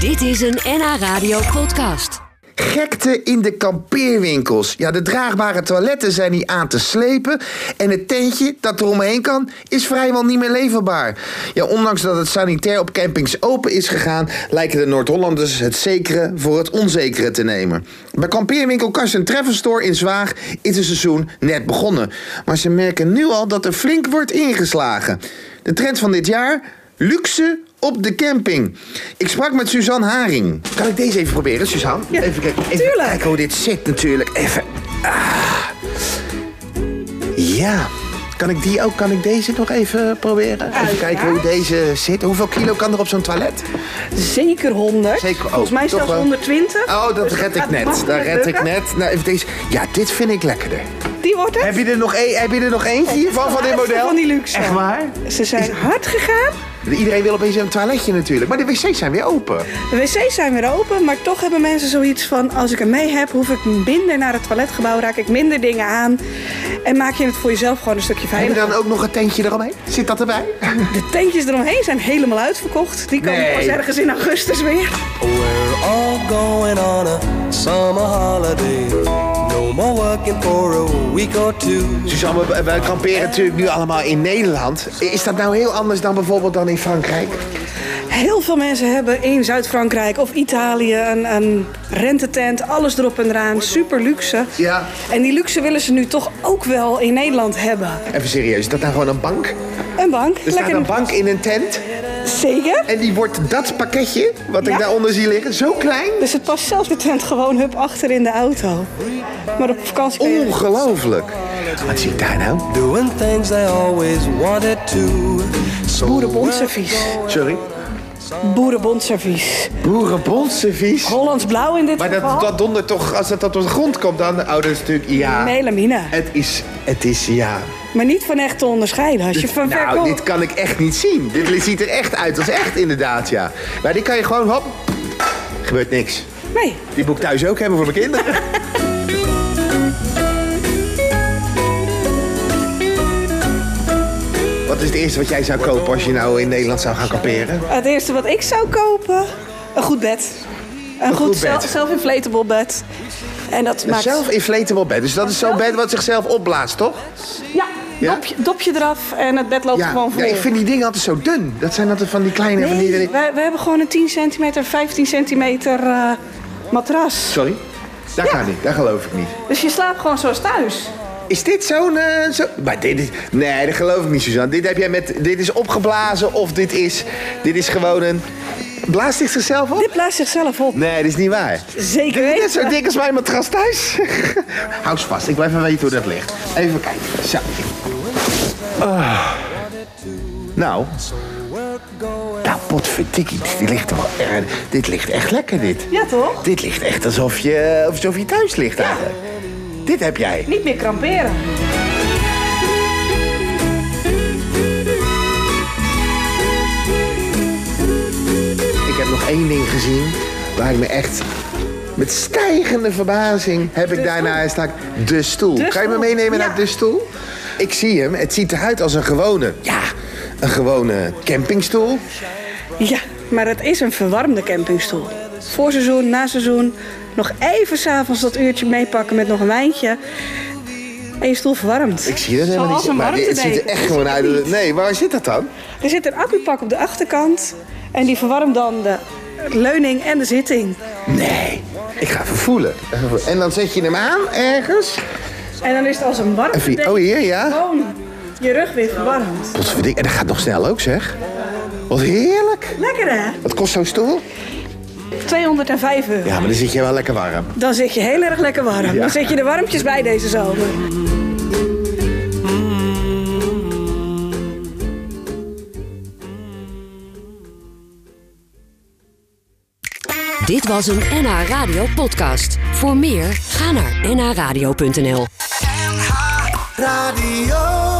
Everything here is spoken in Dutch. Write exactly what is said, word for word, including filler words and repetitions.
Dit is een N H Radio podcast. Gekte in de kampeerwinkels. Ja, de draagbare toiletten zijn niet aan te slepen. En het tentje dat er omheen kan, is vrijwel niet meer leverbaar. Ja, ondanks dat het sanitair op campings open is gegaan, lijken de Noord-Hollanders het zekere voor het onzekere te nemen. Bij kampeerwinkel Karsten Travel Store in Zwaag is het seizoen net begonnen. Maar ze merken nu al dat er flink wordt ingeslagen. De trend van dit jaar? Luxe op de camping. Ik sprak met Suzanne Haring. Kan ik deze even proberen, Suzanne? Ja, even kijken, even tuurlijk. kijken hoe dit zit natuurlijk. Even. Ah. Ja. Kan ik die ook? Kan ik deze nog even proberen? Even Uiteraard. kijken hoe deze zit. Hoeveel kilo kan er op zo'n toilet? Zeker honderd. Zeker, oh, Volgens mij toch zelfs wel. honderdtwintig. Oh, dat Dus red ik gaat net. Dat makkelijk red ik lukken. net. Nou, even deze. Ja, dit vind ik lekkerder. Die wordt het. Heb je er nog, een, heb je er nog eentje hiervan, van dit model? Van die luxe. Echt waar? Ze zijn hard gegaan. Iedereen wil opeens een toiletje natuurlijk. Maar de wc's zijn weer open. De wc's zijn weer open, maar toch hebben mensen zoiets van... als ik hem mee heb, hoef ik minder naar het toiletgebouw, raak ik minder dingen aan. En maak je het voor jezelf gewoon een stukje Heb je veiliger. dan ook nog een tentje eromheen? Zit dat erbij? De tentjes eromheen zijn helemaal uitverkocht. Die komen Nee. pas ergens in augustus weer. We're all going on a summer holiday. No more working for a week or two. Suzanne, we- wij kamperen natuurlijk nu allemaal in Nederland. Is dat nou heel anders dan bijvoorbeeld dan in Frankrijk? Heel veel mensen hebben in Zuid-Frankrijk of Italië een, een rentetent, alles erop en eraan, super luxe. Ja. En die luxe willen ze nu toch ook wel in Nederland hebben. Even serieus, is dat nou gewoon een bank? Een bank. Er staat een bank in een tent Zeker. en die wordt dat pakketje, wat ik Ja. daaronder zie liggen, zo klein. Dus het past zelfs de tent gewoon hup achter in de auto. Maar op vakantie kun je... Ongelooflijk. Wat zie ik daar nou? Doing things they always wanted to. So Boerenbondservies. Sorry? Boerenbondservies. Boerenbondservies. Hollands blauw in dit Maar geval. dat, dat dondert toch, als dat op de grond komt, dan... Oh, dat is natuurlijk, ja... Melamine. Het is, het is, ja... Maar niet van echt te onderscheiden. Als je van ver Nou, komt. dit kan ik echt niet zien. Dit ziet er echt uit als echt, inderdaad, ja. Maar die kan je gewoon, hop, gebeurt niks. Nee. Die moet ik thuis ook hebben voor mijn kinderen. Wat is het eerste wat jij zou kopen als je nou in Nederland zou gaan kamperen? Het eerste wat ik zou kopen, een goed bed. Een, goed, goed bed. zelf- self-inflatable bed. En dat Een maakt... self-inflatable bed. Dus dat is zo'n bed wat zichzelf opblaast, toch? Ja, Ja? Dopje, dopje eraf en het bed loopt Ja, gewoon vol. ja, ik vind die dingen altijd zo dun. Dat zijn altijd van die kleine... van Nee, die... we, we hebben gewoon een tien centimeter, vijftien centimeter eh, matras. Sorry? Dat Ja. kan niet, dat geloof ik niet. Dus je slaapt gewoon zoals thuis. Is dit zo'n... eh, zo... Maar dit is... Nee, dat geloof ik niet, Suzanne. Dit heb jij met... Dit is opgeblazen of dit is... Dit is gewoon een... Blaast dit zichzelf op? Dit blaast zichzelf op. Nee, dat is niet waar. Zeker Dit is net weten. zo dik als mijn matras thuis. Hou eens vast, ik wil even weten hoe dat ligt. Even kijken. Zo. Ah. Nou. Nou, potverdikkie. Dit ligt toch wel erg... Dit ligt echt lekker, dit. Ja, toch? Dit ligt echt alsof je, alsof je thuis ligt eigenlijk. Dit heb jij. Niet meer kramperen. Ik heb nog één ding gezien waar ik me echt... Met stijgende verbazing heb ik daarna sta ik de stoel. De Kan je me stoel, meenemen ja. naar de stoel? Ik zie hem. Het ziet eruit als een gewone, ja, een gewone campingstoel. Ja, maar het is een verwarmde campingstoel. Voorseizoen, na seizoen. Nog even s'avonds dat uurtje meepakken met nog een wijntje. En je stoel verwarmt. Ik zie dat helemaal Zoals niet. een Maar dit- het ziet er warmtedeken. echt gewoon uit. Nee, waar zit dat dan? Er zit een accupak op de achterkant. En die verwarmt dan de leuning en de zitting. Nee. Ik ga even voelen. Even voelen. En dan zet je hem aan ergens. En dan is het als een warmtedeken. Oh, hier, ja. Gewoon je rug weer verwarmd. Potverdik. En dat gaat nog snel ook, zeg. Wat heerlijk. Lekker hè? Wat kost zo'n stoel? tweehonderdvijf euro. Ja, maar dan zit je wel lekker warm. Dan zit je heel erg lekker warm. Ja. Dan zet je de warmtjes bij deze zomer. Dit was een N H Radio podcast. Voor meer, ga naar n h radio punt n l. Radio.